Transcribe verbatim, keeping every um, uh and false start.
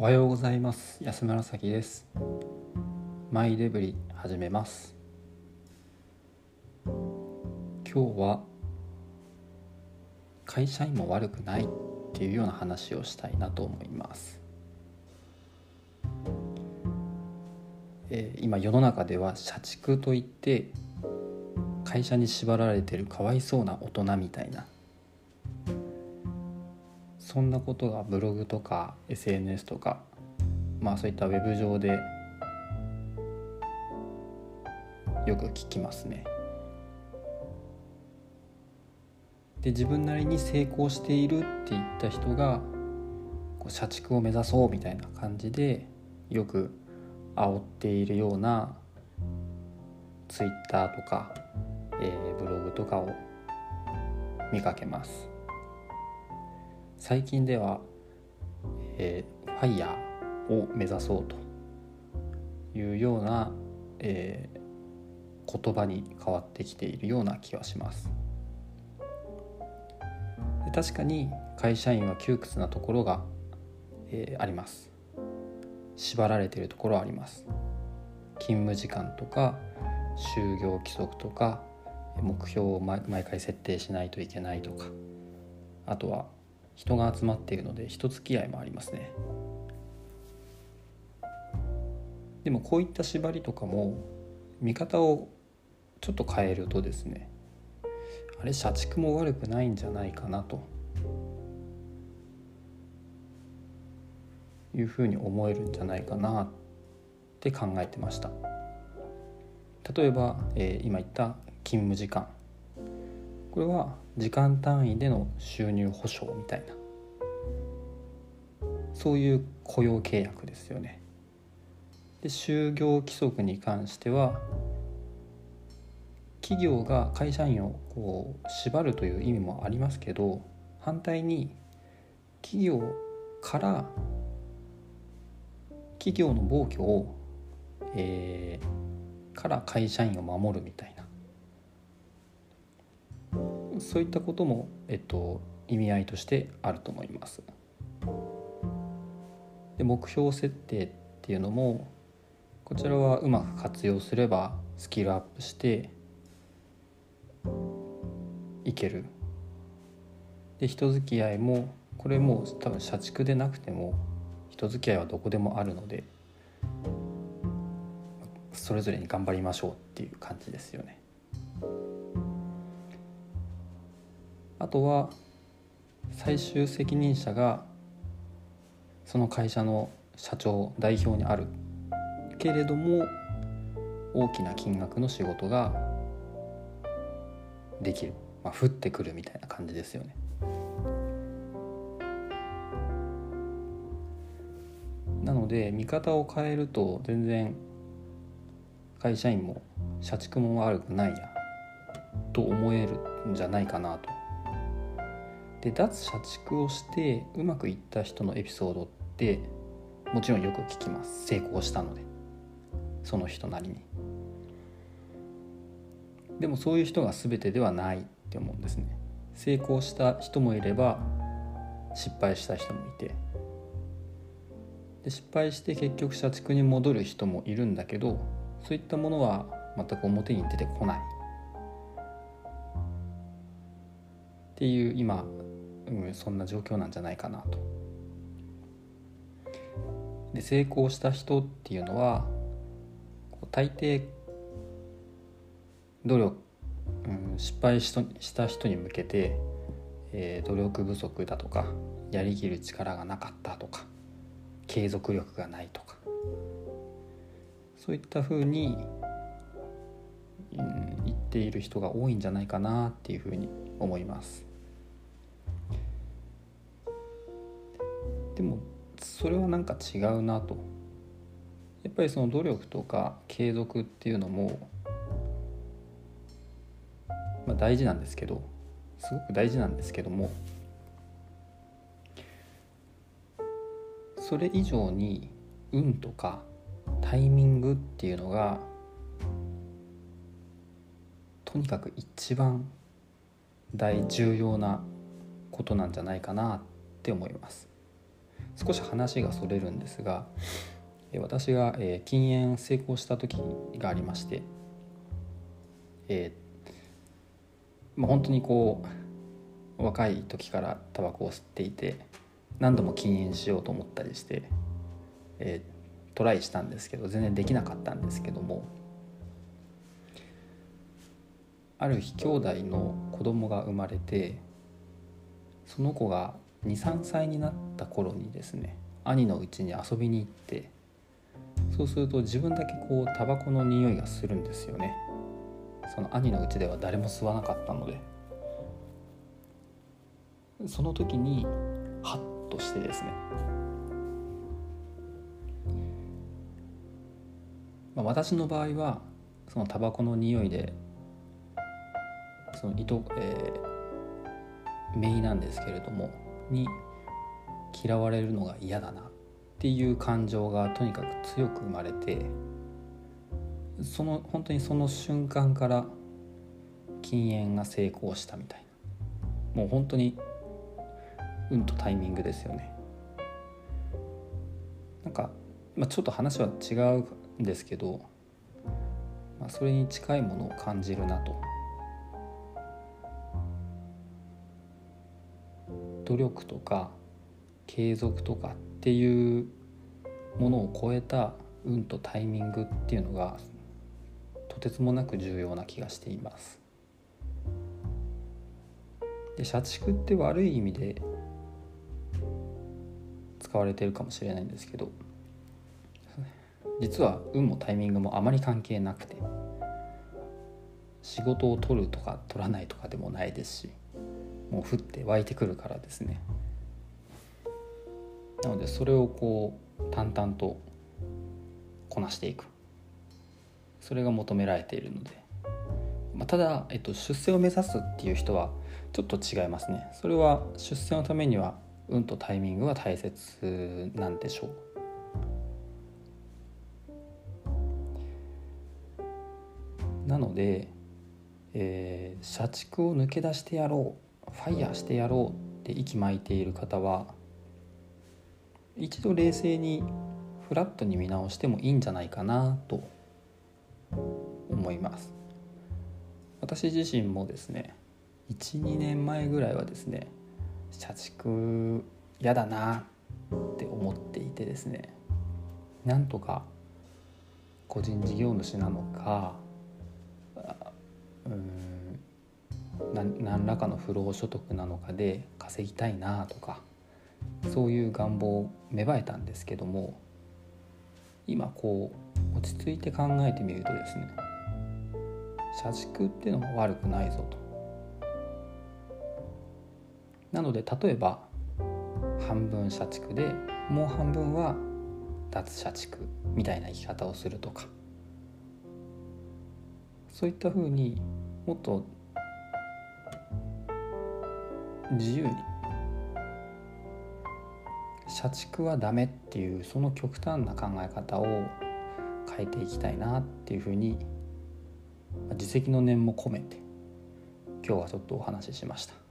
おはようございます。安村咲です。マイデブリ始めます。今日は会社員も悪くないっていうような話をしたいなと思います。えー、今世の中では社畜といって会社に縛られているかわいそうな大人みたいな、そんなことがブログとか エスエヌエス とか、まあそういったウェブ上でよく聞きますね。で、自分なりに成功しているって言った人がこう社畜を目指そうみたいな感じでよく煽っているようなツイッターとか、えー、ブログとかを見かけます。最近では、えー、ファイヤーを目指そうというような、えー、言葉に変わってきているような気はします。で、確かに会社員は窮屈なところが、えー、あります。縛られているところはあります。勤務時間とか就業規則とか目標を毎回設定しないといけないとか、あとは人が集まっているので人付き合いもありますね。でもこういった縛りとかも見方をちょっと変えるとですね、あれ社畜も悪くないんじゃないかなというふうに思えるんじゃないかなって考えてました。例えば、えー、今言った勤務時間、これは時間単位での収入保障みたいな、そういう雇用契約ですよね。で、就業規則に関しては企業が会社員をこう縛るという意味もありますけど、反対に企業から企業の暴挙を、えー、から会社員を守るみたいな、そういったことも、えっと、意味合いとしてあると思います。で、目標設定っていうのもこちらはうまく活用すればスキルアップしていける。で、人付き合いもこれも多分社畜でなくても人付き合いはどこでもあるので、それぞれに頑張りましょうっていう感じですよね。あとは最終責任者がその会社の社長代表にあるけれども大きな金額の仕事ができる、まあ、降ってくるみたいな感じですよね。なので見方を変えると全然会社員も社畜も悪くないやと思えるんじゃないかなと。で、脱社畜をしてうまくいった人のエピソードってもちろんよく聞きます。成功したので、その人なりに。でもそういう人が全てではないって思うんですね。成功した人もいれば失敗した人もいて、で失敗して結局社畜に戻る人もいるんだけど、そういったものは全く表に出てこないっていう今、うん、そんな状況なんじゃないかなと。で、成功した人っていうのは大抵努力、うん、失敗した人に向けて、えー、努力不足だとかやりきる力がなかったとか継続力がないとか、そういったふうに、うん、言っている人が多いんじゃないかなっていうふうに思います。でもそれはなんか違うなと。やっぱりその努力とか継続っていうのも、まあ、大事なんですけど、すごく大事なんですけども、それ以上に運とかタイミングっていうのがとにかく一番大重要なことなんじゃないかなって思います。 少し話がそれるんですが、私が禁煙成功した時がありまして、えーまあ、本当にこう若い時からタバコを吸っていて、何度も禁煙しようと思ったりして、えー、トライしたんですけど全然できなかったんですけども、ある日兄弟の子供が生まれて、その子が にさんさいになった頃にですね、兄の家に遊びに行って、そうすると自分だけこうタバコの匂いがするんですよね。その兄の家では誰も吸わなかったので、その時にハッとしてですね、まあ、私の場合はそのタバコの匂いでそのいと、えー、姪なんですけれどもに嫌われるのが嫌だなっていう感情がとにかく強く生まれて、その本当にその瞬間から禁煙が成功したみたいな、もう本当に運とタイミングですよね。なんか、まあ、ちょっと話は違うんですけど、まあ、それに近いものを感じるなと。努力とか継続とかっていうものを超えた運とタイミングっていうのがとてつもなく重要な気がしています。で、社畜って悪い意味で使われているかもしれないんですけど、実は運もタイミングもあまり関係なくて、仕事を取るとか取らないとかでもないですし、もう降って湧いてくるからですね。なのでそれをこう淡々とこなしていく、それが求められているので、まあ、ただ、えっと、出世を目指すっていう人はちょっと違いますね。それは出世のためには運とタイミングは大切なんでしょう。なので、えー、社畜を抜け出してやろう、ファイヤーしてやろうって息巻いている方は、一度冷静にフラットに見直してもいいんじゃないかなと思います。私自身もですね、いち、にねんまえぐらいはですね、社畜嫌だなって思っていてですね、なんとか個人事業主なのか、うーん何らかの不労所得なのかで稼ぎたいなとか、そういう願望を芽生えたんですけども、今こう落ち着いて考えてみるとですね、社畜っていうのも悪くないぞと。なので例えば半分社畜でもう半分は脱社畜みたいな生き方をするとか、そういったふうにもっと自由に、社畜はダメっていうその極端な考え方を変えていきたいなっていうふうに、自責の念も込めて今日はちょっとお話ししました。